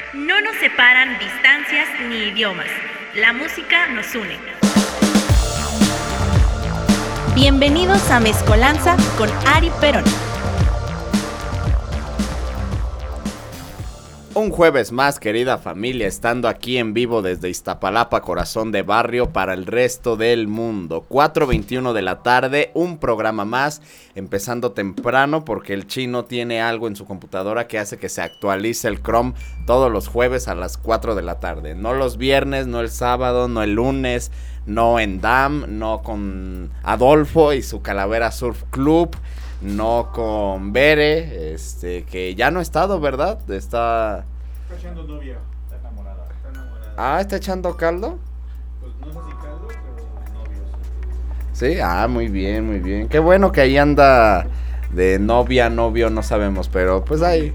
No nos separan distancias ni idiomas. La música nos une. Bienvenidos a Mezcolanza con Ari Perón. Un jueves más, querida familia, estando aquí en vivo desde Iztapalapa, corazón de barrio, para el resto del mundo. 4:21 de la tarde, un programa más, empezando temprano porque el chino tiene algo en su computadora que hace que se actualice el Chrome todos los jueves a las 4 de la tarde. No los viernes, no el sábado, no el lunes, no en DAM, no con Adolfo y su Calavera Surf Club. No con Bere, que ya no ha estado, ¿verdad? Está echando novia, está enamorada. Ah, ¿está echando caldo? Pues no sé si caldo, pero novios. Sí, muy bien, muy bien. Qué bueno que ahí anda de novia, novio, no sabemos, pero pues ahí.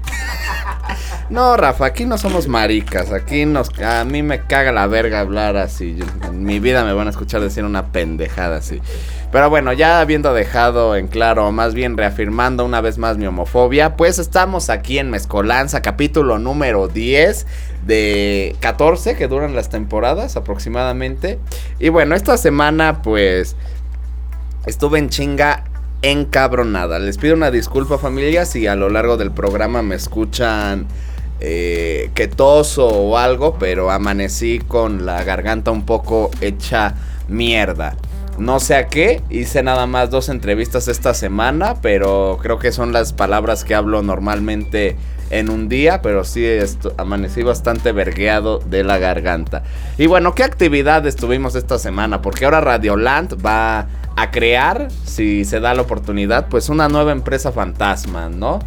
No, Rafa, aquí no somos maricas, a mí me caga la verga hablar así. En mi vida me van a escuchar decir una pendejada así. Pero bueno, ya habiendo dejado en claro, más bien reafirmando una vez más mi homofobia, pues estamos aquí en Mezcolanza, capítulo número 10 de 14 que duran las temporadas aproximadamente. Y bueno, esta semana pues estuve en chinga encabronada. Les pido una disculpa, familia, si a lo largo del programa me escuchan que toso o algo, pero amanecí con la garganta un poco hecha mierda. No sé a qué, hice nada más 2 entrevistas esta semana, pero creo que son las palabras que hablo normalmente en un día, pero sí amanecí bastante vergueado de la garganta. Y bueno, ¿qué actividades tuvimos esta semana? Porque ahora Radioland va a crear, si se da la oportunidad, pues una nueva empresa fantasma, ¿no?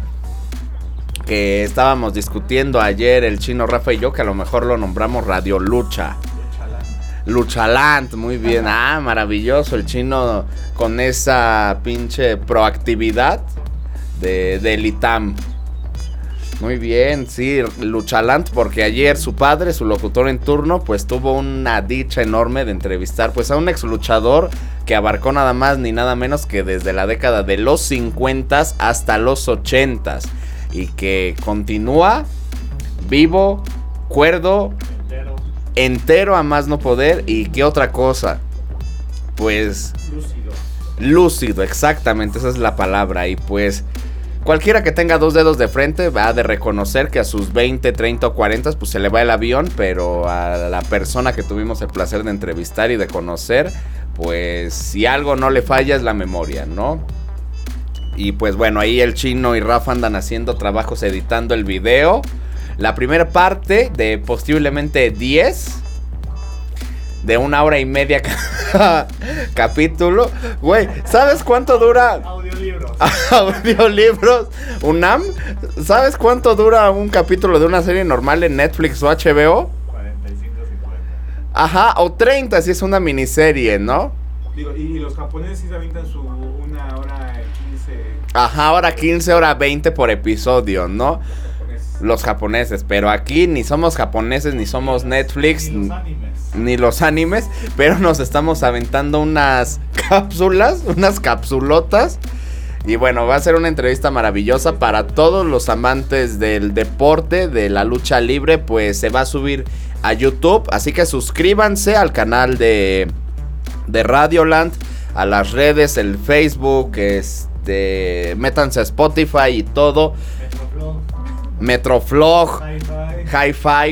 Que estábamos discutiendo ayer el chino Rafa y yo, que a lo mejor lo nombramos Radio Lucha. Luchaland, muy bien. Maravilloso el chino con esa pinche proactividad del ITAM. Muy bien, sí, Luchaland, porque ayer su padre, su locutor en turno, pues tuvo una dicha enorme de entrevistar pues a un ex luchador que abarcó nada más ni nada menos que desde la década de los 50 hasta los 80 y que continúa vivo, cuerdo, entero a más no poder. Y qué otra cosa, pues lúcido, exactamente, esa es la palabra. Y pues cualquiera que tenga 2 dedos de frente va a de reconocer que a sus 20, 30 o 40 pues se le va el avión, pero a la persona que tuvimos el placer de entrevistar y de conocer, pues si algo no le falla es la memoria, ¿no? Y pues bueno, ahí el chino y Rafa andan haciendo trabajos editando el video. La primera parte de posiblemente 10 de 1 hora y media capítulo. Güey, ¿sabes cuánto dura? Audiolibros. Audiolibros. UNAM. ¿Sabes cuánto dura un capítulo de una serie normal en Netflix o HBO? 45, 50. Ajá, o 30 si es una miniserie, ¿no? Digo, y los japoneses sí se avientan su 1 hora 15. Ajá, hora 15, hora 20 por episodio, ¿no? Los japoneses, pero aquí ni somos japoneses, ni somos Netflix, ni los animes, pero nos estamos aventando unas cápsulas, unas capsulotas. Y bueno, va a ser una entrevista maravillosa para todos los amantes del deporte, de la lucha libre, pues se va a subir a YouTube, así que suscríbanse al canal de Radioland, a las redes, el Facebook, métanse a Spotify y todo. Metroflog, Hi-Fi,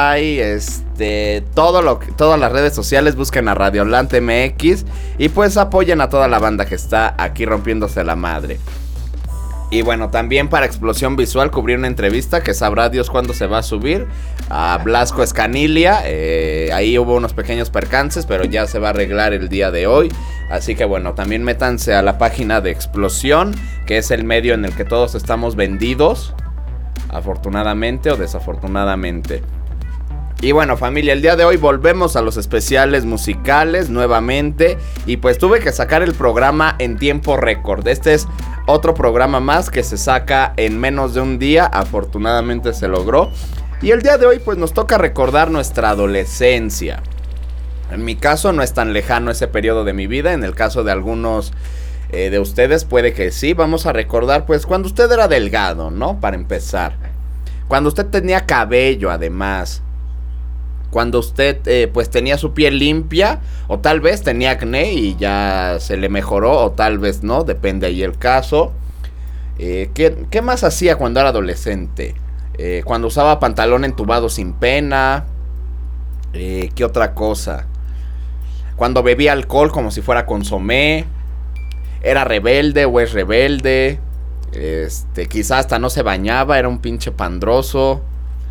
Wi-Fi, todas las redes sociales, busquen a Radioland MX y pues apoyen a toda la banda que está aquí rompiéndose la madre. Y bueno, también para Explosión Visual cubrí una entrevista que sabrá Dios cuándo se va a subir a Blasco Escanilia. Ahí hubo unos pequeños percances, pero ya se va a arreglar el día de hoy. Así que bueno, también métanse a la página de Explosión, que es el medio en el que todos estamos vendidos, afortunadamente o desafortunadamente. Y bueno, familia, el día de hoy volvemos a los especiales musicales nuevamente. Y pues tuve que sacar el programa en tiempo récord. Este es otro programa más que se saca en menos de un día. Afortunadamente se logró. Y el día de hoy pues nos toca recordar nuestra adolescencia. En mi caso no es tan lejano ese periodo de mi vida. En el caso de algunos de ustedes puede que sí. Vamos a recordar pues cuando usted era delgado, ¿no? Para empezar. Cuando usted tenía cabello, además. Cuando usted pues tenía su piel limpia, o tal vez tenía acné y ya se le mejoró, o tal vez no, depende ahí el caso. ¿Qué más hacía cuando era adolescente? Cuando usaba pantalón entubado sin pena. ¿Qué otra cosa? Cuando bebía alcohol como si fuera consomé. Era rebelde o es rebelde. Quizás hasta no se bañaba, era un pinche pandroso.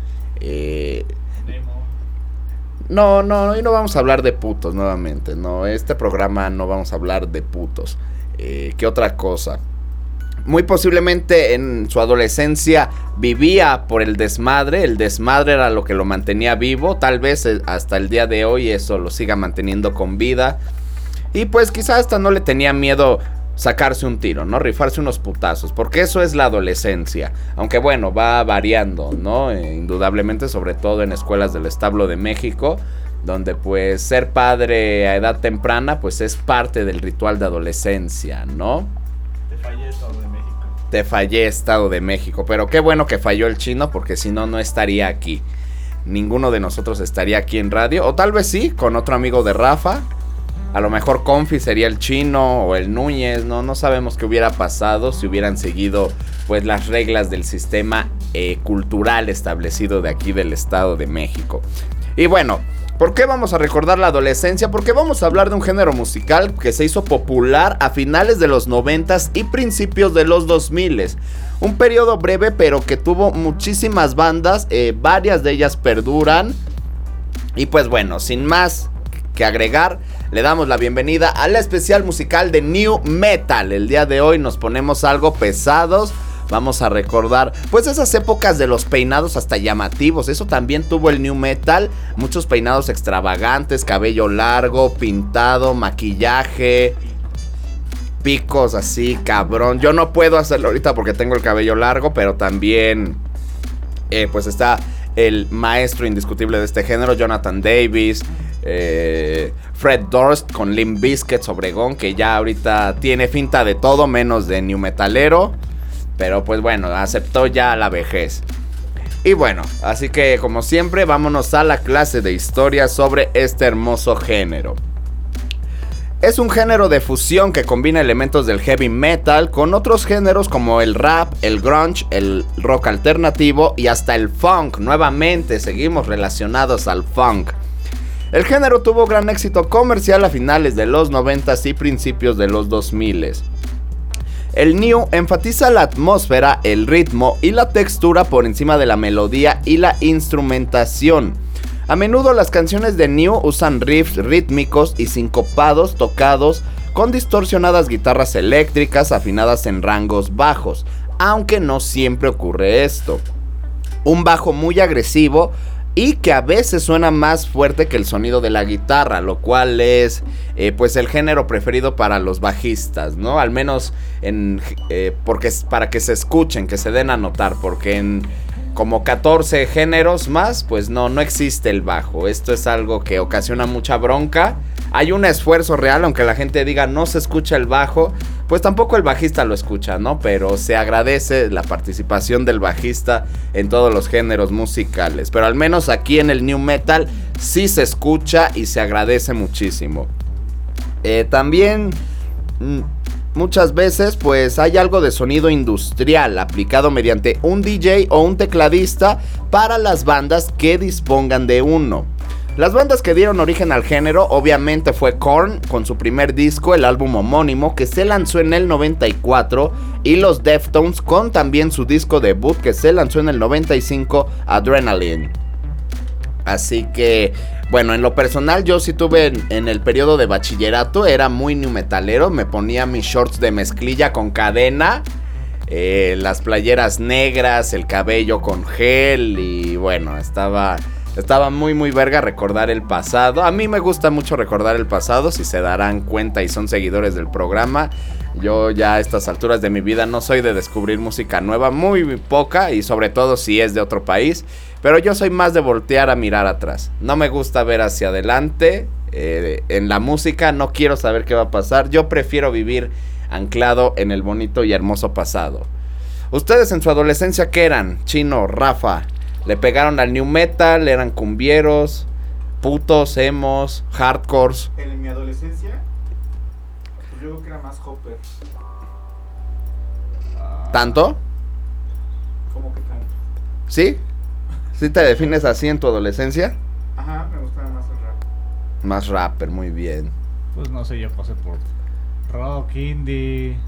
No, hoy no vamos a hablar de putos nuevamente. No, este programa no vamos a hablar de putos. ¿Qué otra cosa? Muy posiblemente en su adolescencia vivía por el desmadre. El desmadre era lo que lo mantenía vivo. Tal vez hasta el día de hoy eso lo siga manteniendo con vida. Y pues quizás hasta no le tenía miedo sacarse un tiro, ¿no? Rifarse unos putazos, porque eso es la adolescencia. Aunque bueno, va variando, ¿no? Indudablemente, sobre todo en escuelas del establo de México, donde pues ser padre a edad temprana pues es parte del ritual de adolescencia, ¿no? Te fallé, Estado de México. Te fallé, Estado de México. Pero qué bueno que falló el chino, porque si no, no estaría aquí. Ninguno de nosotros estaría aquí en radio. O tal vez sí, con otro amigo de Rafa. A lo mejor Confi sería el chino o el Núñez, ¿no? No sabemos qué hubiera pasado si hubieran seguido pues las reglas del sistema cultural establecido de aquí del Estado de México. Y bueno, ¿por qué vamos a recordar la adolescencia? Porque vamos a hablar de un género musical que se hizo popular a finales de los 90s y principios de los 2000s. Un periodo breve pero que tuvo muchísimas bandas, varias de ellas perduran. Y pues bueno, sin más que agregar, le damos la bienvenida al especial musical de New Metal. El día de hoy nos ponemos algo pesados. Vamos a recordar pues esas épocas de los peinados hasta llamativos. Eso también tuvo el New Metal. Muchos peinados extravagantes, cabello largo, pintado, maquillaje, picos así, cabrón. Yo no puedo hacerlo ahorita porque tengo el cabello largo, pero también pues está el maestro indiscutible de este género, Jonathan Davis, Fred Durst con Limp Bizkit, Obregón, que ya ahorita tiene finta de todo menos de new metalero, pero pues bueno, aceptó ya la vejez. Y bueno, así que como siempre, vámonos a la clase de historia sobre este hermoso género. Es un género de fusión que combina elementos del heavy metal con otros géneros como el rap, el grunge, el rock alternativo y hasta el funk. Nuevamente seguimos relacionados al funk. El género tuvo gran éxito comercial a finales de los 90s y principios de los 2000s. El new enfatiza la atmósfera, el ritmo y la textura por encima de la melodía y la instrumentación. A menudo las canciones de new usan riffs rítmicos y sincopados tocados con distorsionadas guitarras eléctricas afinadas en rangos bajos, aunque no siempre ocurre esto. Un bajo muy agresivo y que a veces suena más fuerte que el sonido de la guitarra, lo cual es pues el género preferido para los bajistas, ¿no? Al menos porque para que se escuchen, que se den a notar, porque en como 14 géneros más, pues no existe el bajo. Esto es algo que ocasiona mucha bronca. Hay un esfuerzo real, aunque la gente diga no se escucha el bajo, pues tampoco el bajista lo escucha, ¿no? Pero se agradece la participación del bajista en todos los géneros musicales. Pero al menos aquí en el new metal sí se escucha y se agradece muchísimo. También muchas veces pues hay algo de sonido industrial aplicado mediante un DJ o un tecladista para las bandas que dispongan de uno. Las bandas que dieron origen al género obviamente fue Korn con su primer disco, el álbum homónimo, que se lanzó en el 94, y los Deftones con también su disco debut que se lanzó en el 95, Adrenaline. Así que, bueno, en lo personal yo sí tuve en el periodo de bachillerato, era muy new metalero, me ponía mis shorts de mezclilla con cadena, las playeras negras, el cabello con gel y bueno, estaba muy verga recordar el pasado. A mí me gusta mucho recordar el pasado, si se darán cuenta y son seguidores del programa. Yo ya a estas alturas de mi vida no soy de descubrir música nueva, muy poca, y sobre todo si es de otro país. Pero yo soy más de voltear a mirar atrás. No me gusta ver hacia adelante. En la música no quiero saber qué va a pasar. Yo prefiero vivir anclado en el bonito y hermoso pasado. ¿Ustedes en su adolescencia qué eran? Chino, Rafa, Le pegaron al new metal, eran cumbieros, putos, emos, hardcores. En mi adolescencia, pues yo creo que era más Hopper. ¿Tanto? ¿Cómo que tanto? ¿Sí? ¿Sí te defines así en tu adolescencia? Ajá, me gustaba más el rap. Más rapper, muy bien. Pues no sé, yo pasé por rock, indie,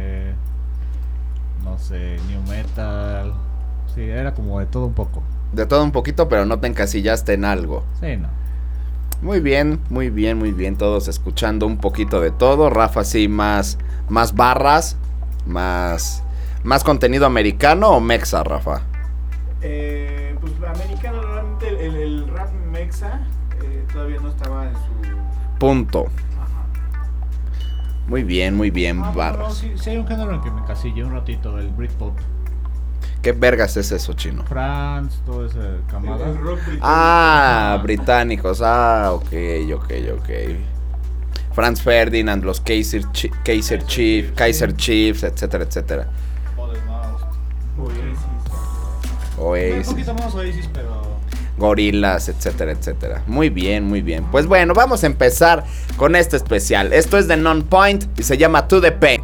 no sé, new metal. Sí, era como de todo un poco. De todo un poquito, pero no te encasillaste en algo. Sí, no. Muy bien, muy bien, muy bien. Todos escuchando un poquito de todo. Rafa sí, más barras, más contenido americano o mexa, Rafa. Pues americano, realmente el rap mexa todavía no estaba en su... Punto. Ajá. Muy bien, No, barras. sí hay un género en que me encasillé un ratito, el Britpop. ¿Qué vergas es eso, chino? France, todo ese camada. El rock británico. Ah, británicos. Ah, ok. Franz Ferdinand, los Kaiser Chiefs, etcétera, etcétera. Modern Mouse. Un Oasis, poquito más Oasis, pero... Gorilas, etcétera, etcétera. Muy bien, muy bien. Pues bueno, vamos a empezar con este especial. Esto es de Non-Point y se llama To The Pain.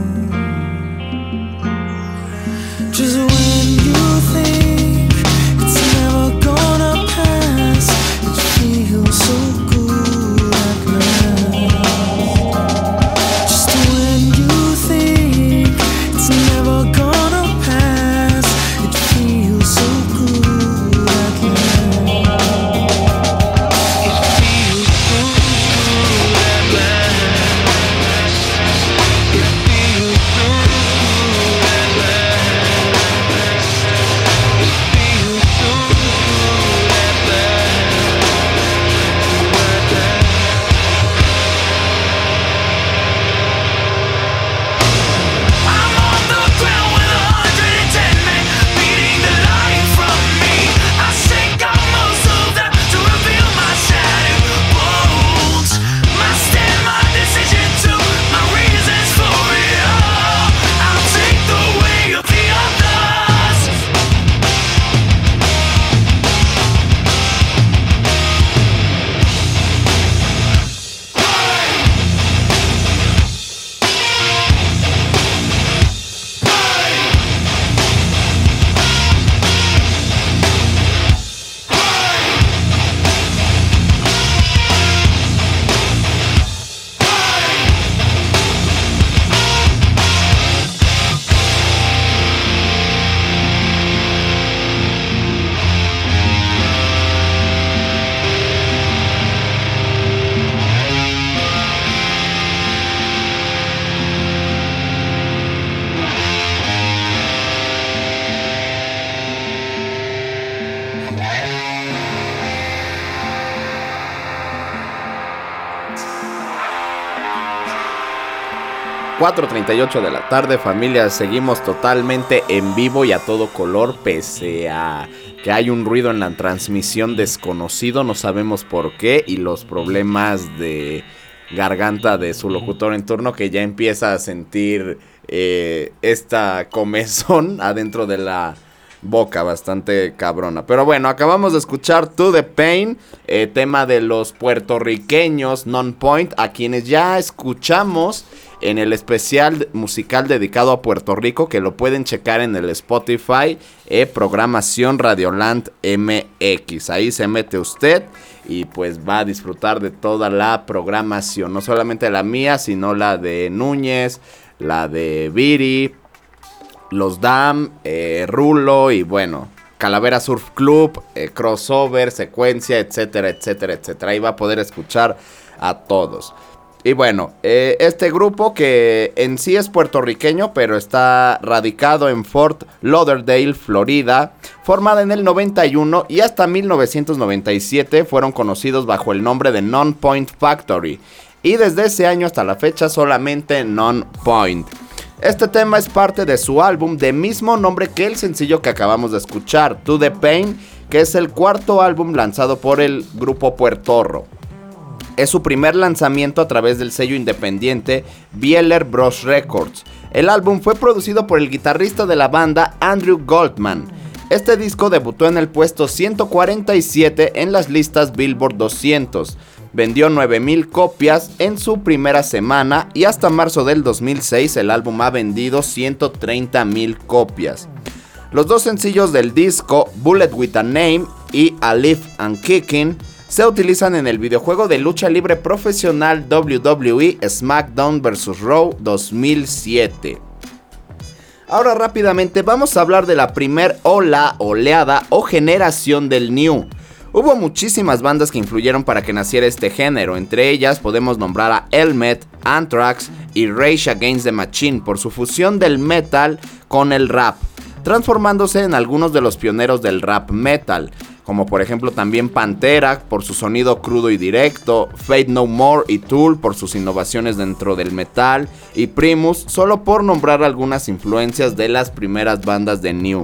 Just when you think 4:38 de la tarde, familia. Seguimos totalmente en vivo y a todo color, pese a que hay un ruido en la transmisión desconocido, no sabemos por qué, y los problemas de garganta de su locutor en turno, que ya empieza a sentir esta comezón adentro de la boca, bastante cabrona. Pero bueno, acabamos de escuchar To The Pain, tema de los puertorriqueños Non-Point, a quienes ya escuchamos en el especial musical dedicado a Puerto Rico, que lo pueden checar en el Spotify, programación Radioland MX. Ahí se mete usted y pues va a disfrutar de toda la programación, no solamente la mía, sino la de Núñez, la de Viri, Los Dam, Rulo y bueno, Calavera Surf Club, Crossover, Secuencia, etcétera, etcétera, etcétera. Ahí va a poder escuchar a todos. Y bueno, este grupo que en sí es puertorriqueño, pero está radicado en Fort Lauderdale, Florida, formada en el 91 y hasta 1997 fueron conocidos bajo el nombre de Non-Point Factory. Y desde ese año hasta la fecha solamente Non-Point. Este tema es parte de su álbum de mismo nombre que el sencillo que acabamos de escuchar, To The Pain, que es el cuarto álbum lanzado por el grupo puertorro. Es su primer lanzamiento a través del sello independiente Bieler Bros Records. El álbum fue producido por el guitarrista de la banda Andrew Goldman. Este disco debutó en el puesto 147 en las listas Billboard 200. Vendió 9,000 copias en su primera semana y hasta marzo del 2006 el álbum ha vendido 130,000 copias. Los dos sencillos del disco, Bullet With A Name y Alive and Kicking, se utilizan en el videojuego de lucha libre profesional WWE SmackDown vs. Raw 2007. Ahora rápidamente vamos a hablar de la primer oleada o generación del New. Hubo muchísimas bandas que influyeron para que naciera este género, entre ellas podemos nombrar a Helmet, Anthrax y Rage Against the Machine por su fusión del metal con el rap, transformándose en algunos de los pioneros del rap metal, como por ejemplo también Pantera por su sonido crudo y directo, Faith No More y Tool por sus innovaciones dentro del metal, y Primus, solo por nombrar algunas influencias de las primeras bandas de New.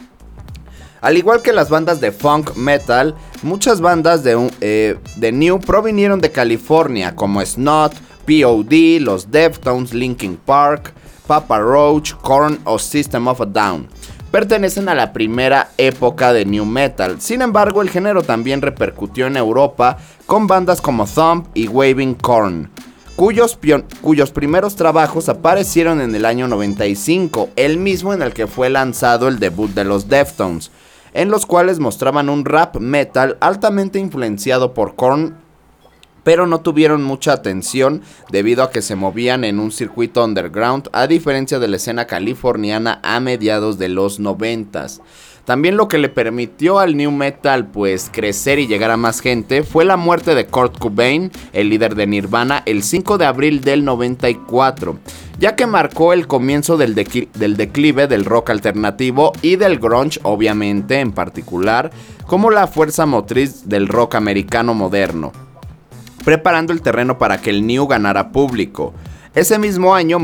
Al igual que las bandas de funk metal, muchas bandas de New provinieron de California, como Snot, P.O.D., los Deftones, Linkin Park, Papa Roach, Korn o System of a Down. Pertenecen a la primera época de New Metal. Sin embargo, el género también repercutió en Europa con bandas como Thump y Waving Corn, cuyos primeros trabajos aparecieron en el año 95, el mismo en el que fue lanzado el debut de los Deftones, en los cuales mostraban un rap metal altamente influenciado por Korn, pero no tuvieron mucha atención debido a que se movían en un circuito underground, a diferencia de la escena californiana a mediados de los 90s. También lo que le permitió al New Metal pues crecer y llegar a más gente fue la muerte de Kurt Cobain, el líder de Nirvana, el 5 de abril del 94, ya que marcó el comienzo del declive del rock alternativo y del grunge, obviamente en particular, como la fuerza motriz del rock americano moderno, preparando el terreno para que el New ganara público. Ese mismo año,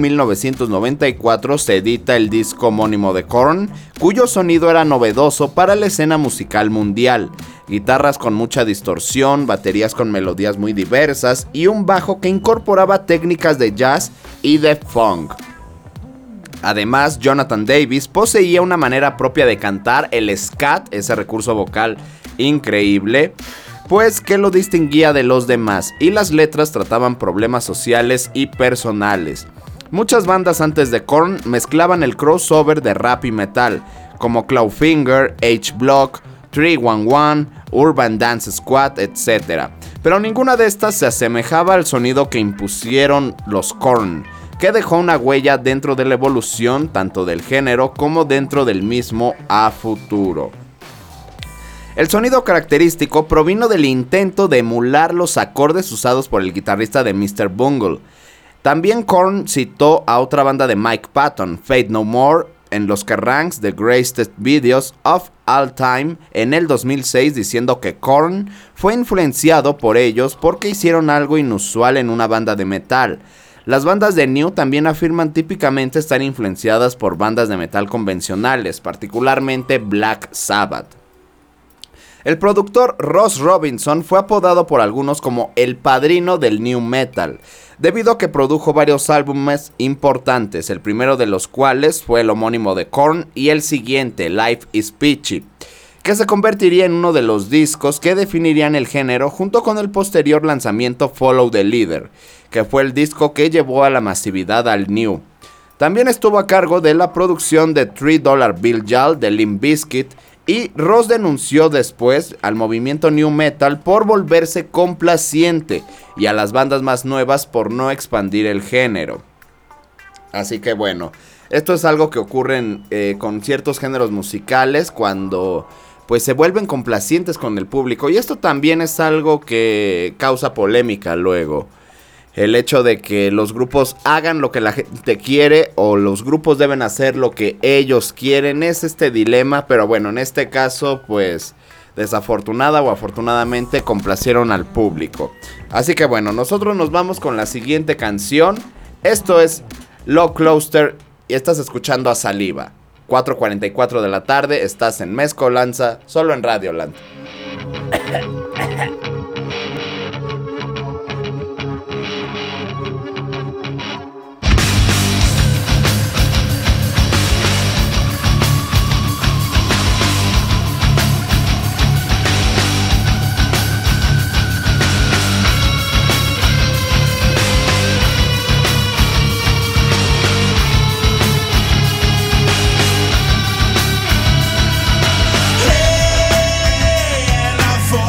1994, se edita el disco homónimo de Korn, cuyo sonido era novedoso para la escena musical mundial. Guitarras con mucha distorsión, baterías con melodías muy diversas y un bajo que incorporaba técnicas de jazz y de funk. Además, Jonathan Davis poseía una manera propia de cantar el scat, ese recurso vocal increíble, pues que lo distinguía de los demás, y las letras trataban problemas sociales y personales. Muchas bandas antes de Korn mezclaban el crossover de rap y metal, como Clawfinger, H-Block, 311, Urban Dance Squad, etc. Pero ninguna de estas se asemejaba al sonido que impusieron los Korn, que dejó una huella dentro de la evolución tanto del género como dentro del mismo a futuro. El sonido característico provino del intento de emular los acordes usados por el guitarrista de Mr. Bungle. También Korn citó a otra banda de Mike Patton, Faith No More, en los que ranks The Greatest Videos of All Time en el 2006, diciendo que Korn fue influenciado por ellos porque hicieron algo inusual en una banda de metal. Las bandas de New también afirman típicamente estar influenciadas por bandas de metal convencionales, particularmente Black Sabbath. El productor Ross Robinson fue apodado por algunos como el padrino del New Metal, debido a que produjo varios álbumes importantes, el primero de los cuales fue el homónimo de Korn y el siguiente, Life is Peachy, que se convertiría en uno de los discos que definirían el género junto con el posterior lanzamiento Follow the Leader, que fue el disco que llevó a la masividad al New. También estuvo a cargo de la producción de $3 Bill Yall de Limp Bizkit, y Ross denunció después al movimiento New Metal por volverse complaciente y a las bandas más nuevas por no expandir el género. Así que bueno, esto es algo que ocurre con ciertos géneros musicales cuando pues se vuelven complacientes con el público, y esto también es algo que causa polémica luego. El hecho de que los grupos hagan lo que la gente quiere o los grupos deben hacer lo que ellos quieren es este dilema, pero bueno, en este caso pues desafortunada o afortunadamente complacieron al público. Así que bueno, nosotros nos vamos con la siguiente canción. Esto es Low Cluster y estás escuchando a Saliva. 4:44 de la tarde, estás en Mezcolanza, solo en Radioland. For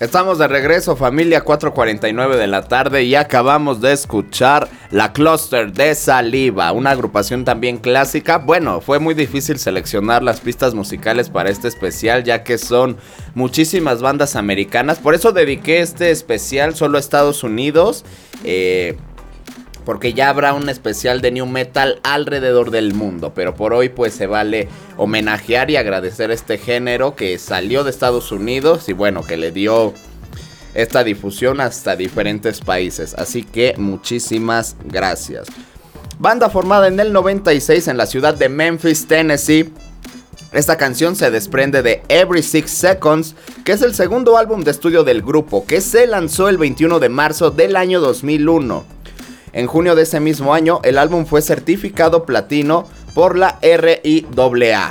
Estamos de regreso, familia, 4:49 de la tarde, y acabamos de escuchar La Cluster de Saliva, una agrupación también clásica. Bueno, fue muy difícil seleccionar las pistas musicales para este especial, ya que son muchísimas bandas americanas. Por eso dediqué este especial solo a Estados Unidos, porque ya habrá un especial de New Metal alrededor del mundo. Pero por hoy pues se vale homenajear y agradecer este género que salió de Estados Unidos y bueno, que le dio esta difusión hasta diferentes países. Así que muchísimas gracias. Banda formada en el 96 en la ciudad de Memphis, Tennessee. Esta canción se desprende de Every 6 Seconds, que es el segundo álbum de estudio del grupo, que se lanzó el 21 de marzo del año 2001. En junio de ese mismo año, el álbum fue certificado platino por la RIAA.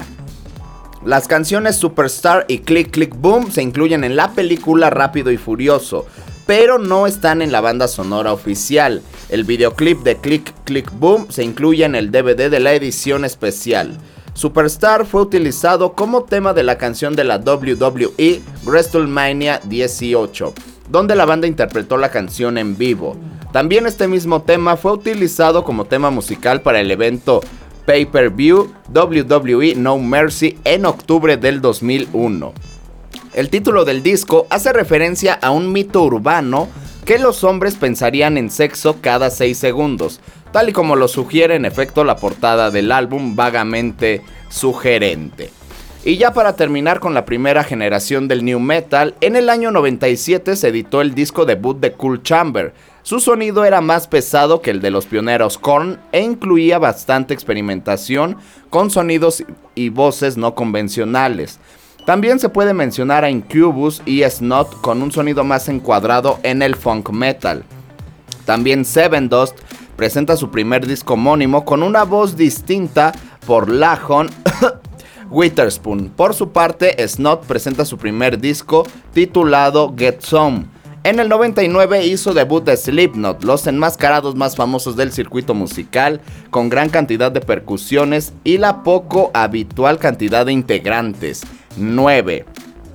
Las canciones Superstar y Click Click Boom se incluyen en la película Rápido y Furioso, pero no están en la banda sonora oficial. El videoclip de Click Click Boom se incluye en el DVD de la edición especial. Superstar fue utilizado como tema de la canción de la WWE WrestleMania 18, donde la banda interpretó la canción en vivo. También este mismo tema fue utilizado como tema musical para el evento Pay-Per-View WWE No Mercy en octubre del 2001. El título del disco hace referencia a un mito urbano que los hombres pensarían en sexo cada 6 segundos, tal y como lo sugiere en efecto la portada del álbum, vagamente sugerente. Y ya para terminar con la primera generación del New Metal, en el año 97 se editó el disco debut de Cool Chamber. Su sonido era más pesado que el de los pioneros Korn e incluía bastante experimentación con sonidos y voces no convencionales. También se puede mencionar a Incubus y Snot con un sonido más encuadrado en el funk metal. También Sevendust presenta su primer disco homónimo con una voz distinta por Lahon Witherspoon. Por su parte, Snot presenta su primer disco titulado Get Some. En el 99 hizo debut de Slipknot, los enmascarados más famosos del circuito musical, con gran cantidad de percusiones y la poco habitual cantidad de integrantes, 9.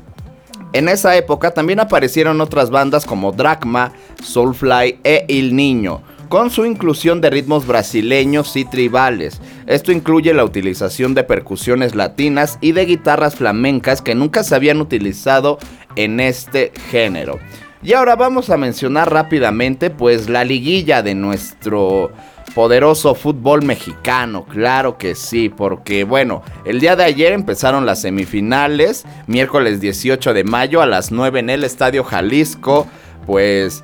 En esa época también aparecieron otras bandas como Drachma, Soulfly e Il Niño, con su inclusión de ritmos brasileños y tribales. Esto incluye la utilización de percusiones latinas y de guitarras flamencas que nunca se habían utilizado en este género. Y ahora vamos a mencionar rápidamente pues la liguilla de nuestro poderoso fútbol mexicano. Claro que sí, porque bueno, el día de ayer empezaron las semifinales, miércoles 18 de mayo a las 9 en el Estadio Jalisco. Pues,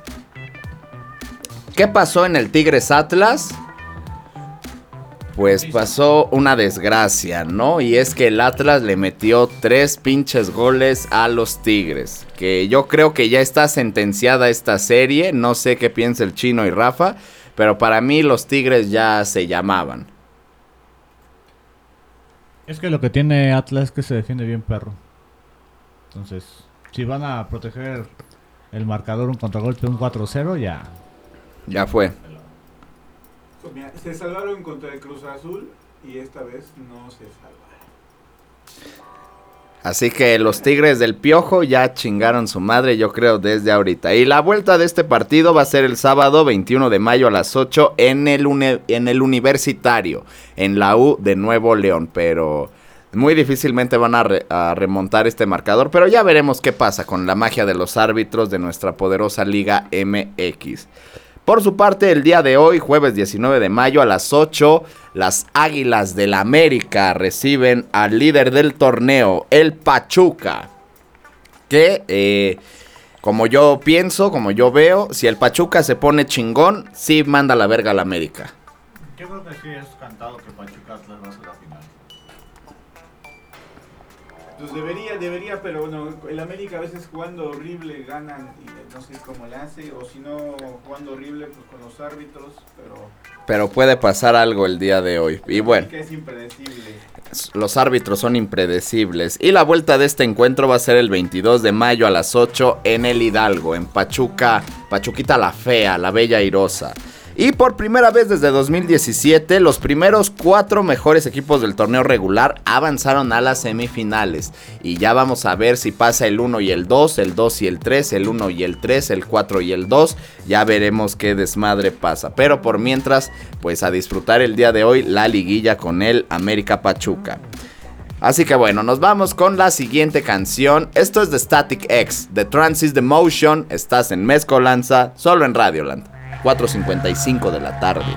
¿qué pasó en el Tigres Atlas? Pues pasó una desgracia, ¿no? Y es que el Atlas le metió 3 pinches goles a los Tigres. Que yo creo que ya está sentenciada esta serie. No sé qué piensa el Chino y Rafa, pero para mí los Tigres ya se llamaban. Es que lo que tiene Atlas es que se defiende bien, perro. Entonces, si van a proteger el marcador, un contragolpe, un 4-0, Ya fue. Pues mira, se salvaron contra el Cruz Azul y esta vez no se salvaron. Así que los Tigres del Piojo ya chingaron su madre, yo creo, desde ahorita. Y la vuelta de este partido va a ser el sábado 21 de mayo a las 8 en el Universitario, en la U de Nuevo León. Pero muy difícilmente van a remontar este marcador. Pero ya veremos qué pasa con la magia de los árbitros de nuestra poderosa Liga MX. Por su parte, el día de hoy, jueves 19 de mayo a las 8, las Águilas del América reciben al líder del torneo, el Pachuca. Que, como yo pienso, como yo veo, si el Pachuca se pone chingón, sí manda la verga al América. yo creo que sí es cantado que Pachuca Atlas va a ser la final. Pues debería, pero bueno, el América a veces jugando horrible ganan y no sé cómo le hace, o si no jugando horrible pues con los árbitros, Pero puede pasar algo el día de hoy. Y bueno, que es impredecible. los árbitros son impredecibles. Y la vuelta de este encuentro va a ser el 22 de mayo a las 8 en el Hidalgo, en Pachuca, Pachuquita la Fea, la Bella Airosa. Y por primera vez desde 2017, los primeros 4 mejores equipos del torneo regular avanzaron a las semifinales. Y ya vamos a ver si pasa el 1 y el 2, el 2 y el 3, el 1 y el 3, el 4 y el 2. Ya veremos qué desmadre pasa. Pero por mientras, pues a disfrutar el día de hoy la liguilla con el América Pachuca. Así que bueno, nos vamos con la siguiente canción. Esto es de Static X, The Trance is the Motion. Estás en Mezcolanza, solo en Radioland. 4:55 de la tarde.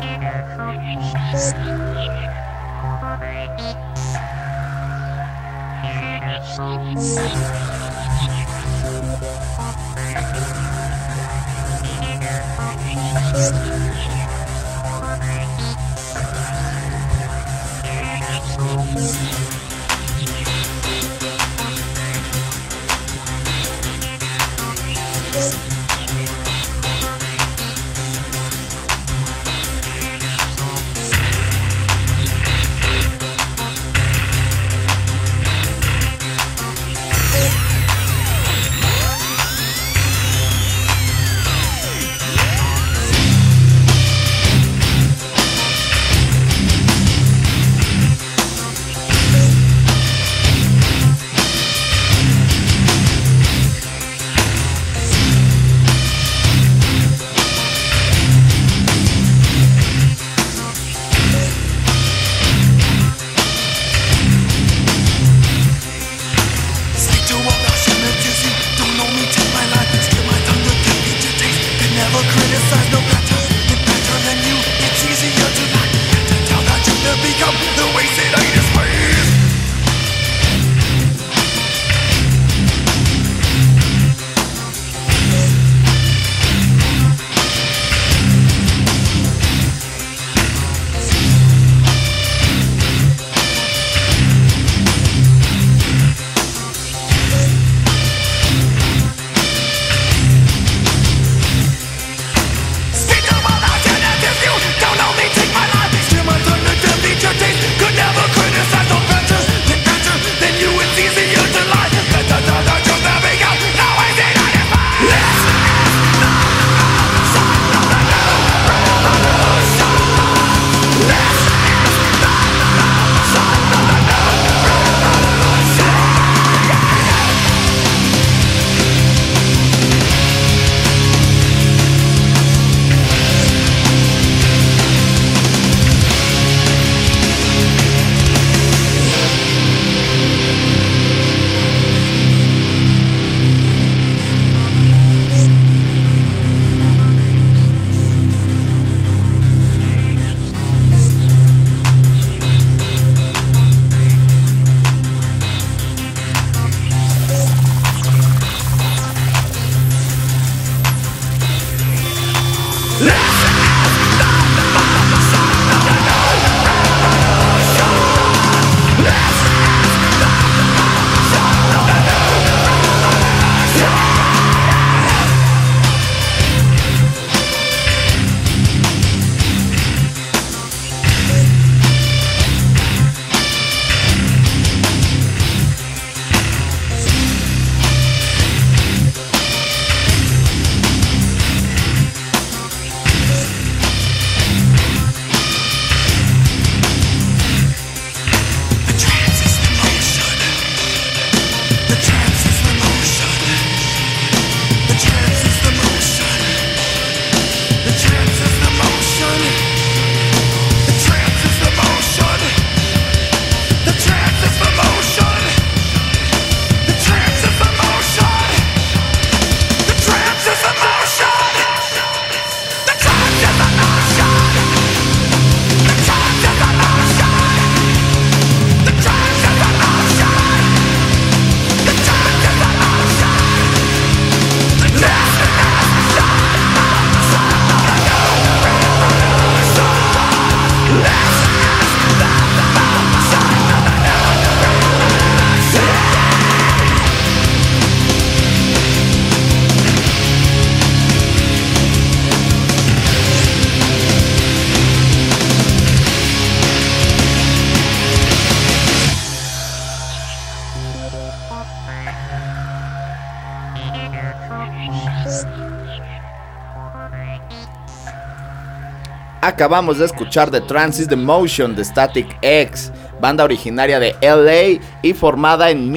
acabamos de escuchar The Trance is the Motion de Static X, banda originaria de LA y formada en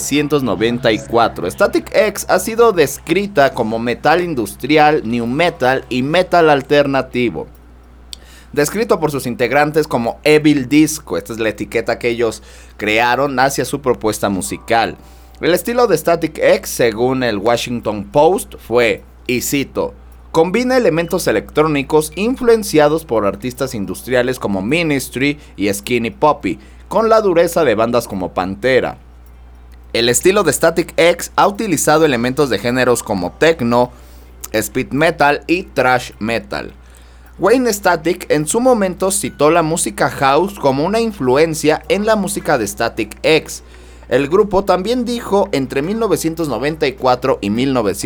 1994. Static X ha sido descrita como metal industrial, new metal y metal alternativo. Descrito por sus integrantes como Evil Disco, esta es la etiqueta que ellos crearon hacia su propuesta musical. El estilo de Static X, según el Washington Post, fue, y cito, combina elementos electrónicos influenciados por artistas industriales como Ministry y Skinny Puppy, con la dureza de bandas como Pantera. El estilo de Static X ha utilizado elementos de géneros como techno, speed metal y thrash metal. Wayne Static en su momento citó la música house como una influencia en la música de Static X. El grupo también dijo entre 1994 y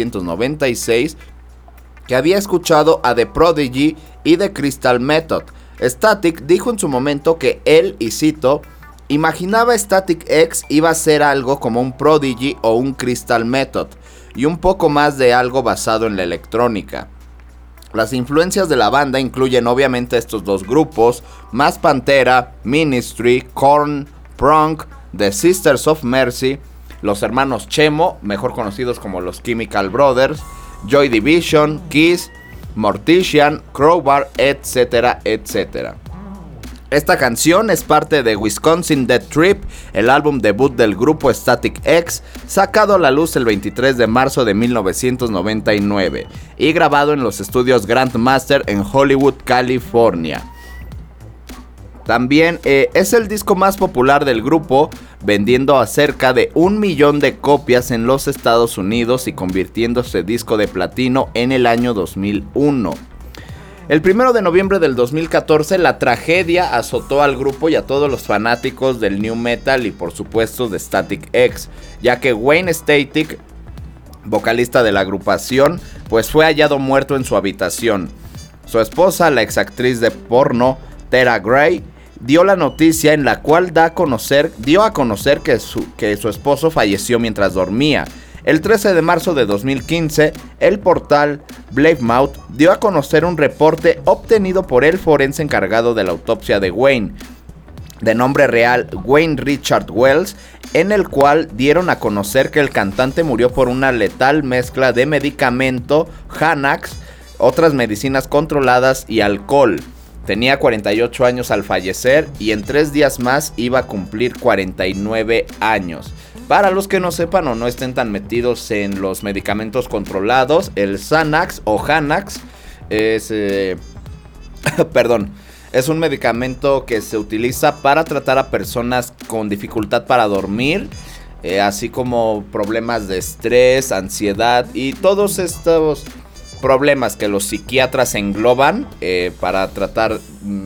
1996 que había escuchado a The Prodigy y The Crystal Method. Static dijo en su momento que él, y cito, imaginaba Static X iba a ser algo como un Prodigy o un Crystal Method, y un poco más de algo basado en la electrónica. Las influencias de la banda incluyen obviamente estos dos grupos, más Pantera, Ministry, Korn, Prong, The Sisters of Mercy, los hermanos Chemo, mejor conocidos como los Chemical Brothers, Joy Division, Kiss, Mortician, Crowbar, etcétera, etcétera. Esta canción es parte de Wisconsin Death Trip, el álbum debut del grupo Static X, sacado a la luz el 23 de marzo de 1999 y grabado en los estudios Grandmaster en Hollywood, California. También es el disco más popular del grupo, vendiendo a cerca de 1 millón de copias en los Estados Unidos y convirtiéndose disco de platino en el año 2001. El 1 de noviembre del 2014, la tragedia azotó al grupo y a todos los fanáticos del new metal y por supuesto de Static X, ya que Wayne Static, vocalista de la agrupación, pues fue hallado muerto en su habitación. Su esposa, la exactriz de porno Tara Gray, dio la noticia en la cual dio a conocer que su esposo falleció mientras dormía. El 13 de marzo de 2015, el portal Blavemouth dio a conocer un reporte obtenido por el forense encargado de la autopsia de Wayne, de nombre real Wayne Richard Wells, en el cual dieron a conocer que el cantante murió por una letal mezcla de medicamento, Xanax, otras medicinas controladas y alcohol. Tenía 48 años al fallecer y en 3 días más iba a cumplir 49 años. Para los que no sepan o no estén tan metidos en los medicamentos controlados, el Xanax o Xanax es, es un medicamento que se utiliza para tratar a personas con dificultad para dormir, así como problemas de estrés, ansiedad y todos estos problemas que los psiquiatras engloban para tratar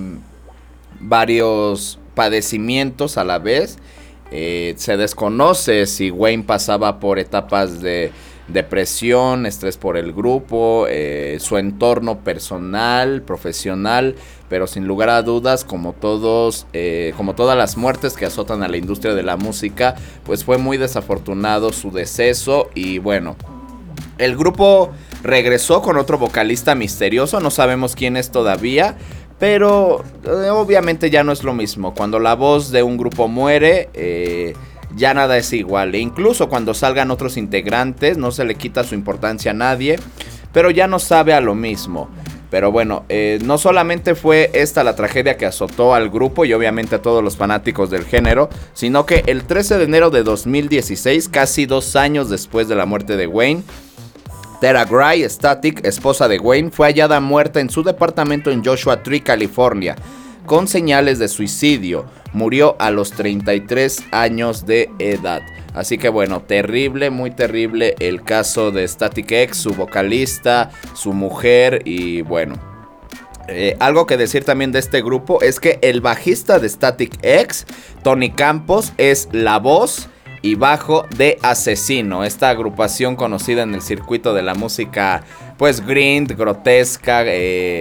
varios padecimientos a la vez. Se desconoce si Wayne pasaba por etapas de depresión, estrés por el grupo, su entorno personal, profesional, pero sin lugar a dudas, como todas las muertes que azotan a la industria de la música, pues fue muy desafortunado su deceso. Y bueno, el grupo regresó con otro vocalista misterioso, no sabemos quién es todavía, pero obviamente ya no es lo mismo. Cuando la voz de un grupo muere, ya nada es igual. E incluso cuando salgan otros integrantes, no se le quita su importancia a nadie, pero ya no sabe a lo mismo. Pero bueno, no solamente fue esta la tragedia que azotó al grupo y obviamente a todos los fanáticos del género, sino que el 13 de enero de 2016, casi 2 años después de la muerte de Wayne, Tara Gray, Static, esposa de Wayne, fue hallada muerta en su departamento en Joshua Tree, California, con señales de suicidio. Murió a los 33 años de edad. Así que bueno, terrible, muy terrible el caso de Static X, su vocalista, su mujer y bueno. Algo que decir también de este grupo es que el bajista de Static X, Tony Campos, es la voz y bajo de Asesino, esta agrupación conocida en el circuito de la música pues grind, grotesca,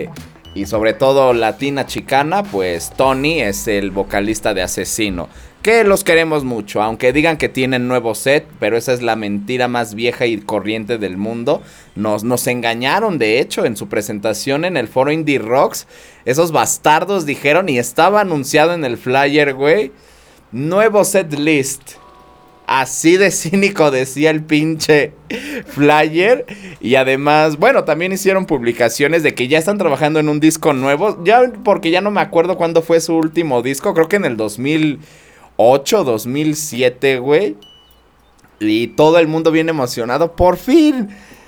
y sobre todo latina chicana, pues Tony es el vocalista de Asesino. Que los queremos mucho, aunque digan que tienen nuevo set, pero esa es la mentira más vieja y corriente del mundo. Nos engañaron, de hecho, en su presentación en el foro Indie Rocks. Esos bastardos dijeron, y estaba anunciado en el flyer, güey, nuevo set list. Así de cínico decía el pinche flyer. Y además, bueno, también hicieron publicaciones de que ya están trabajando en un disco nuevo. Ya, porque ya no me acuerdo cuándo fue su último disco, creo que en el 2008, 2007, güey. Y todo el mundo bien emocionado, ¡por fin!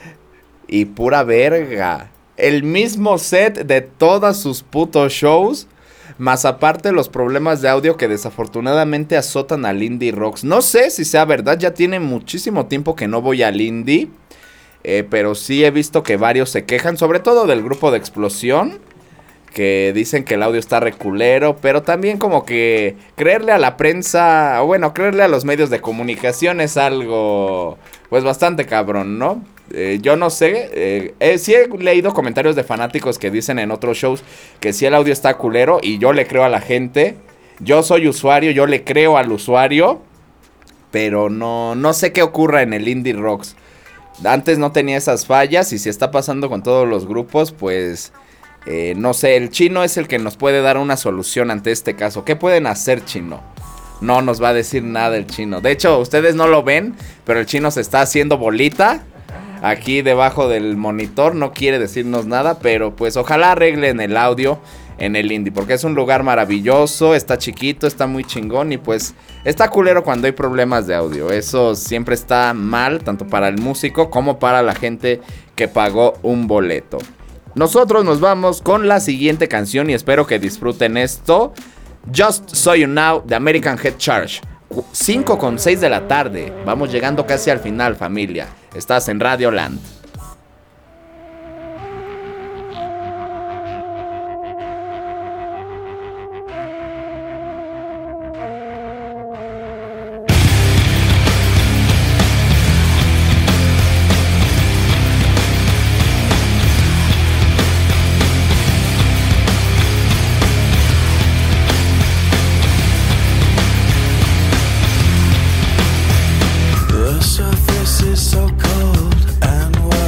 Y pura verga. El mismo set de todos sus putos shows. Más aparte los problemas de audio que desafortunadamente azotan al Indie Rocks. No sé si sea verdad, ya tiene muchísimo tiempo que no voy al Indie. Pero sí he visto que varios se quejan, sobre todo del grupo de Explosión. Que dicen que el audio está reculero, pero también como que creerle a la prensa, o bueno, creerle a los medios de comunicación es algo, pues bastante cabrón, ¿no? Yo no sé, sí he leído comentarios de fanáticos que dicen en otros shows que sí el audio está culero y yo le creo a la gente. Yo soy usuario, yo le creo al usuario, pero no sé qué ocurra en el Indie Rocks. Antes no tenía esas fallas y si está pasando con todos los grupos, pues... no sé, el Chino es el que nos puede dar una solución ante este caso. ¿Qué pueden hacer, Chino? No nos va a decir nada el Chino. De hecho, ustedes no lo ven, pero el Chino se está haciendo bolita aquí debajo del monitor. No quiere decirnos nada, pero pues ojalá arreglen el audio en el Indie, porque es un lugar maravilloso, está chiquito, está muy chingón y pues está culero cuando hay problemas de audio. Eso siempre está mal, tanto para el músico como para la gente que pagó un boleto. Nosotros nos vamos con la siguiente canción y espero que disfruten esto. Just So You Know de American Head Charge. 5:06 de la tarde. Vamos llegando casi al final, familia. Estás en Radio Land. The surface is so cold and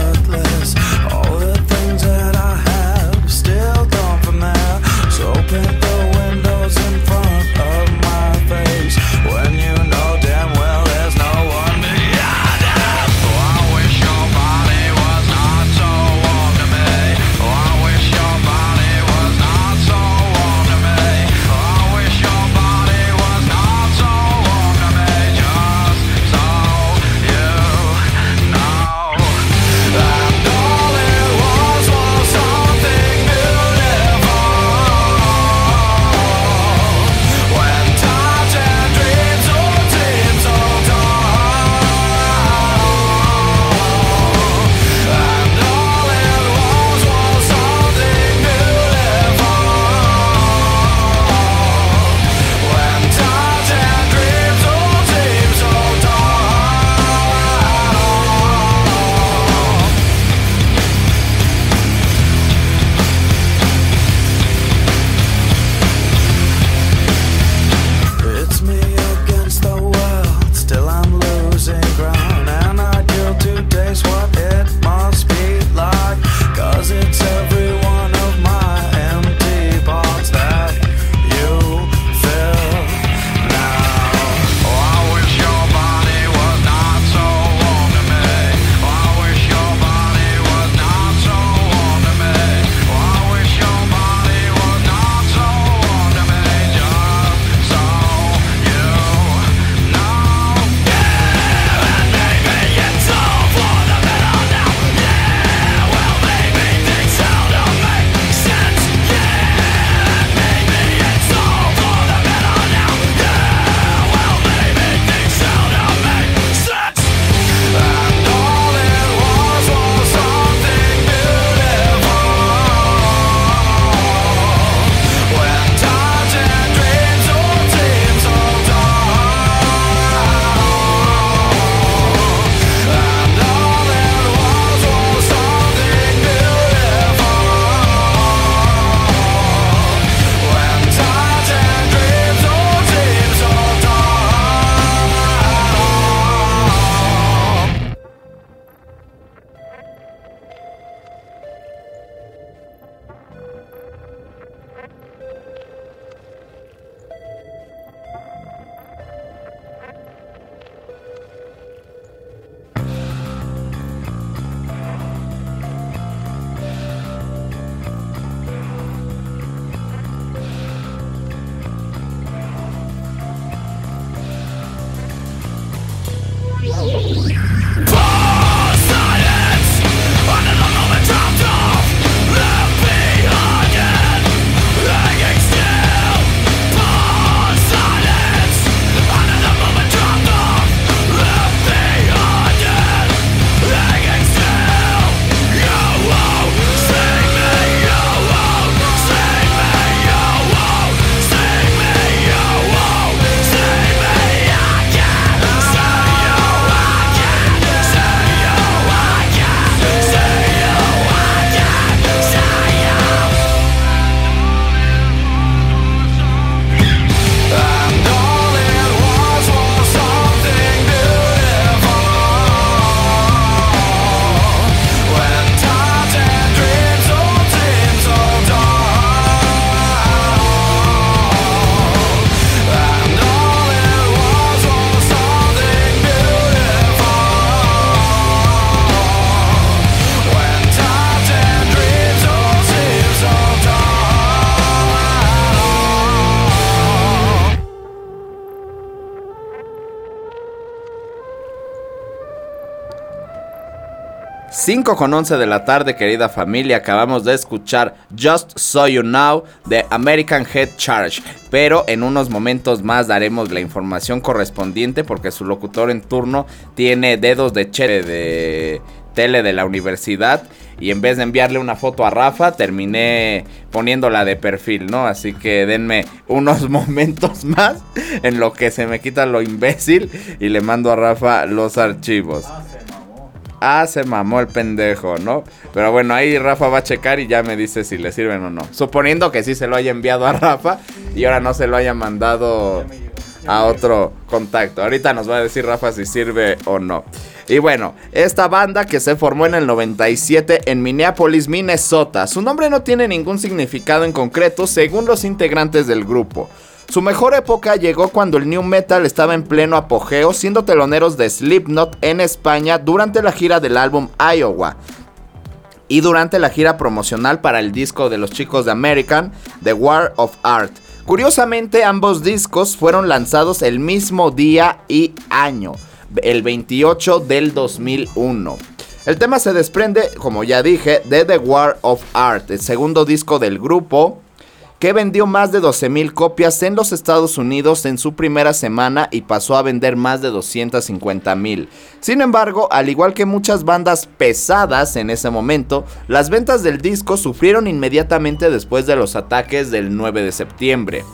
5:11 de la tarde, querida familia. Acabamos de escuchar Just So You Know de American Head Charge. Pero en unos momentos más daremos la información correspondiente porque su locutor en turno tiene dedos de de tele de la universidad. Y en vez de enviarle una foto a Rafa, terminé poniéndola de perfil, ¿no? Así que denme unos momentos más en lo que se me quita lo imbécil y le mando a Rafa los archivos. Se mamó el pendejo, ¿no? Pero bueno, ahí Rafa va a checar y ya me dice si le sirven o no. Suponiendo que sí se lo haya enviado a Rafa y ahora no se lo haya mandado a otro contacto. Ahorita nos va a decir Rafa si sirve o no. Y bueno, esta banda que se formó en el 97 en Minneapolis, Minnesota. Su nombre no tiene ningún significado en concreto según los integrantes del grupo. Su mejor época llegó cuando el new metal estaba en pleno apogeo, siendo teloneros de Slipknot en España durante la gira del álbum Iowa y durante la gira promocional para el disco de los chicos de American, The War of Art. Curiosamente, ambos discos fueron lanzados el mismo día y año, el 28 del 2001. El tema se desprende, como ya dije, de The War of Art, el segundo disco del grupo, que vendió más de 12,000 copias en los Estados Unidos en su primera semana y pasó a vender más de 250,000. Sin embargo, al igual que muchas bandas pesadas en ese momento, las ventas del disco sufrieron inmediatamente después de los ataques del 9 de septiembre.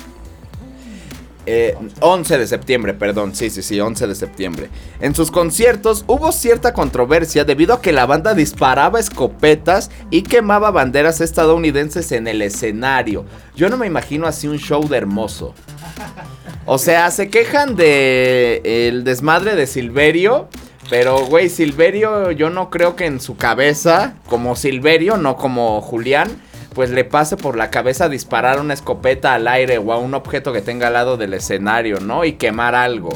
11 de septiembre, perdón, sí, 11 de septiembre. En sus conciertos hubo cierta controversia debido a que la banda disparaba escopetas y quemaba banderas estadounidenses en el escenario. Yo no me imagino así un show de Hermoso. O sea, se quejan de el desmadre de Silverio, pero güey, Silverio yo no creo que en su cabeza, como Silverio, no como Julián, pues le pase por la cabeza disparar una escopeta al aire o a un objeto que tenga al lado del escenario, ¿no? Y quemar algo.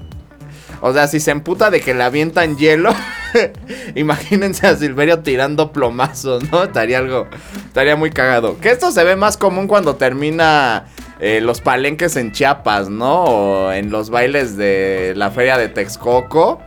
O sea, si se emputa de que le avientan hielo, imagínense a Silverio tirando plomazos, ¿no? Estaría muy cagado. Que esto se ve más común cuando termina los palenques en Chiapas, ¿no? O en los bailes de la feria de Texcoco.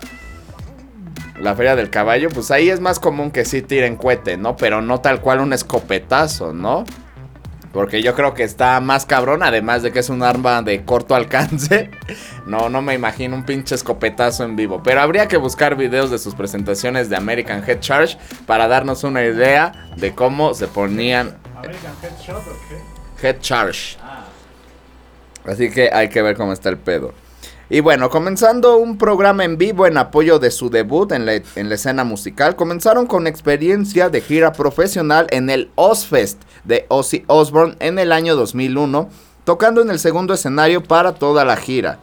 La feria del caballo, pues ahí es más común que sí tiren cohete, ¿no? Pero no tal cual un escopetazo, ¿no? Porque yo creo que está más cabrón, además de que es un arma de corto alcance. No me imagino un pinche escopetazo en vivo. Pero habría que buscar videos de sus presentaciones de American Head Charge para darnos una idea de cómo se ponían... ¿American Head Shot o qué? Head Charge. Así que hay que ver cómo está el pedo. Y bueno, comenzando un programa en vivo en apoyo de su debut en la escena musical, comenzaron con experiencia de gira profesional en el Ozzfest de Ozzy Osbourne en el año 2001, tocando en el segundo escenario para toda la gira.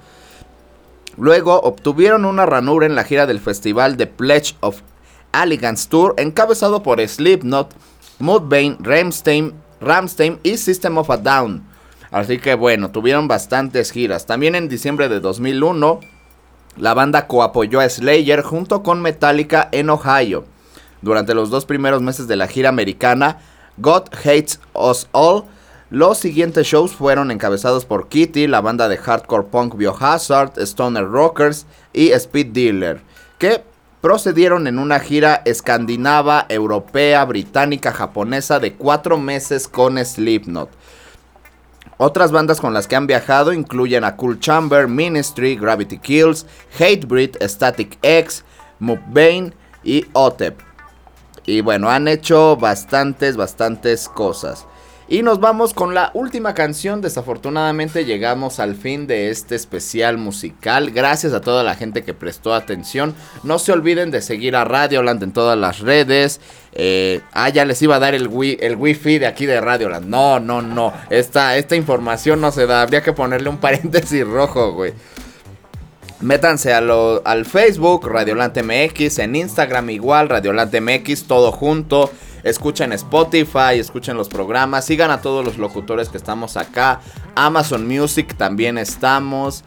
Luego obtuvieron una ranura en la gira del festival The Pledge of Allegiance Tour, encabezado por Slipknot, Mudvayne, Rammstein y System of a Down. Así que bueno, tuvieron bastantes giras. También en diciembre de 2001, la banda coapoyó a Slayer junto con Metallica en Ohio. Durante los 2 primeros meses de la gira americana, God Hates Us All, los siguientes shows fueron encabezados por Kitty, la banda de hardcore punk Biohazard, Stoner Rockers y Speed Dealer, que procedieron en una gira escandinava, europea, británica, japonesa de 4 meses con Slipknot. Otras bandas con las que han viajado incluyen a Cool Chamber, Ministry, Gravity Kills, Hatebreed, Static X, Mudvayne y Otep. Y bueno, han hecho bastantes cosas. Y nos vamos con la última canción. Desafortunadamente llegamos al fin de este especial musical. Gracias a toda la gente que prestó atención. No se olviden de seguir a Radioland en todas las redes. Ya les iba a dar el wifi de aquí de Radioland. No. Esta información no se da. Habría que ponerle un paréntesis rojo, güey. Métanse al Facebook, Radioland MX, en Instagram igual, Radioland MX, todo junto. Escuchen Spotify, escuchen los programas, sigan a todos los locutores que estamos acá. Amazon Music también estamos.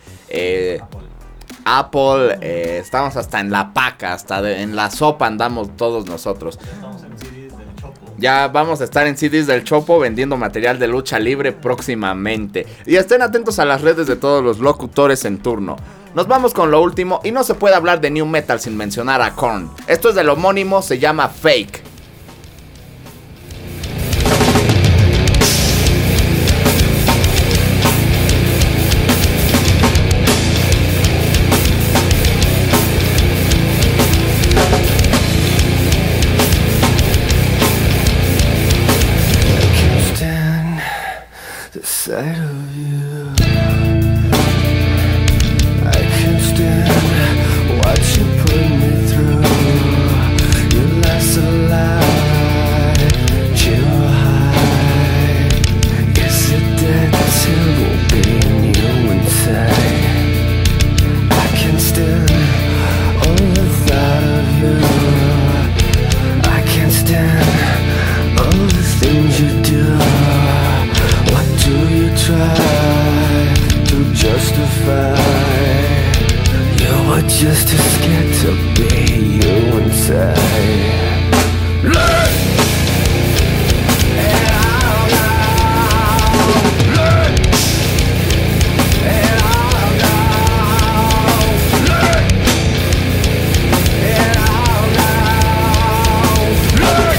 Apple, estamos hasta en la paca, en la sopa andamos todos nosotros. Ya vamos a estar en CDs del Chopo vendiendo material de lucha libre próximamente. Y estén atentos a las redes de todos los locutores en turno. Nos vamos con lo último y no se puede hablar de New Metal sin mencionar a Korn. Esto es del homónimo, se llama Fake. Sight of you, I can't stand what you put me through. Your life's a lie, you hide. Is it that terrible being you inside? I can't stand all the thought of you. I can't stand all the things you do. Do you try to justify? You were just too scared to be you inside. Learn! And out loud. Learn! And out loud. Learn! And out loud. Learn!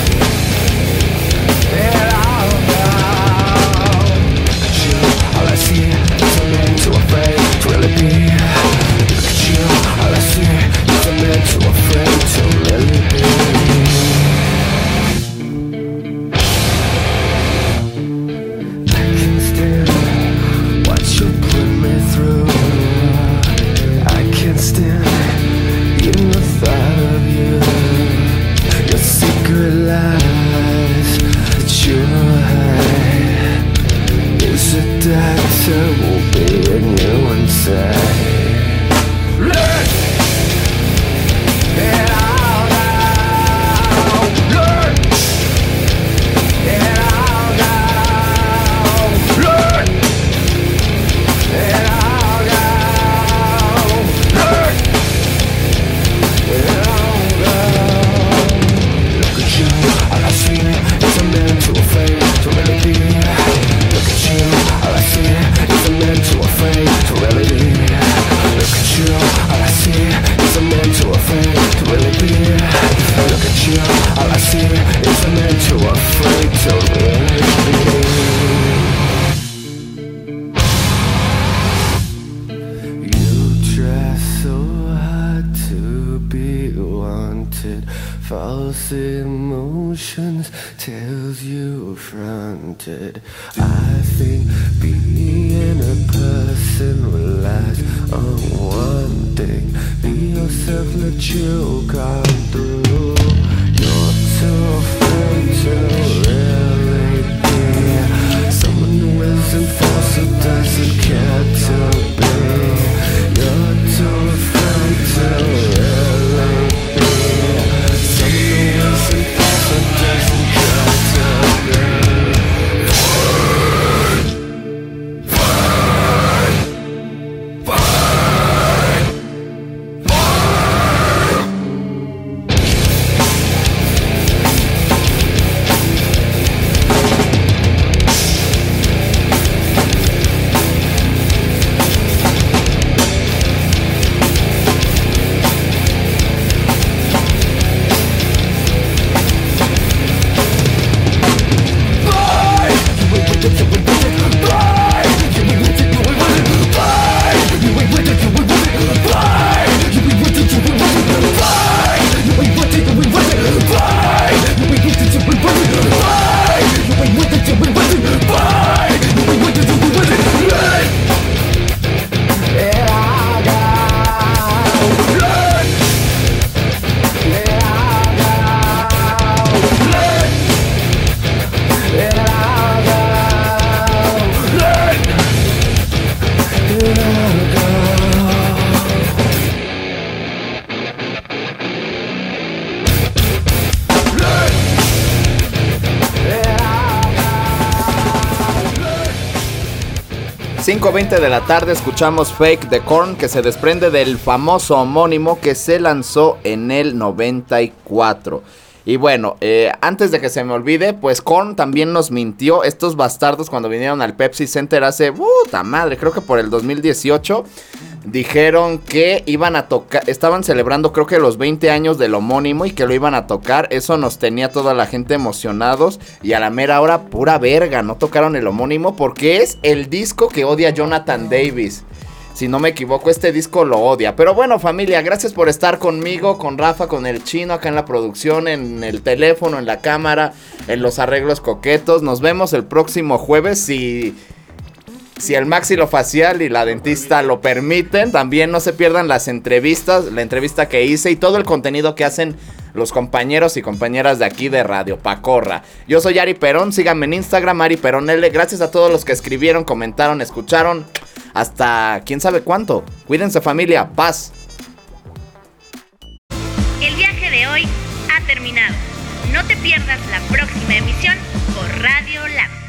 And out loud. All I see is a man too afraid to really be. Look at you, all I see is a man too afraid to really be. I can't stand what you put me through. I can't stand even the thought of you. Your secret lies that you hide. Is it that terrible being you inside? Learn! And out loud. Learn! And out loud. Learn! And out loud. Learn! And out loud. Look at you, all I see is a man too afraid to really be. Look at you, all I see is a man too afraid to really be. Look at you, all I see is a man too afraid to really be. Look at you, all I see is a man too afraid to really be. You try so hard to be wanted. False emotions tells you fronted. I think being a person relies on one thing. Be yourself, let you come through. You're too afraid to really be someone who isn't false or doesn't care to be. You're too afraid to really be someone who isn't false or doesn't care to be. ...5:20 de la tarde escuchamos Fake de Korn, que se desprende del famoso homónimo que se lanzó en el 94. Y bueno, antes de que se me olvide, pues Korn también nos mintió. Estos bastardos cuando vinieron al Pepsi Center hace, puta madre, creo que por el 2018, dijeron que iban a tocar, estaban celebrando creo que los 20 años del homónimo y que lo iban a tocar. Eso nos tenía toda la gente emocionados y a la mera hora, pura verga, no tocaron el homónimo porque es el disco que odia Jonathan Davis. Si no me equivoco, este disco lo odia. Pero bueno, familia, gracias por estar conmigo, con Rafa, con el Chino, acá en la producción, en el teléfono, en la cámara, en los arreglos coquetos. Nos vemos el próximo jueves si el maxilofacial y la dentista lo permiten. También no se pierdan las entrevistas, la entrevista que hice y todo el contenido que hacen los compañeros y compañeras de aquí de Radio Pacorra. Yo soy Ari Perón, síganme en Instagram, Ari Perón L. Gracias a todos los que escribieron, comentaron, escucharon. Hasta quién sabe cuánto. Cuídense, familia. Paz. El viaje de hoy ha terminado. No te pierdas la próxima emisión por Radio Lab.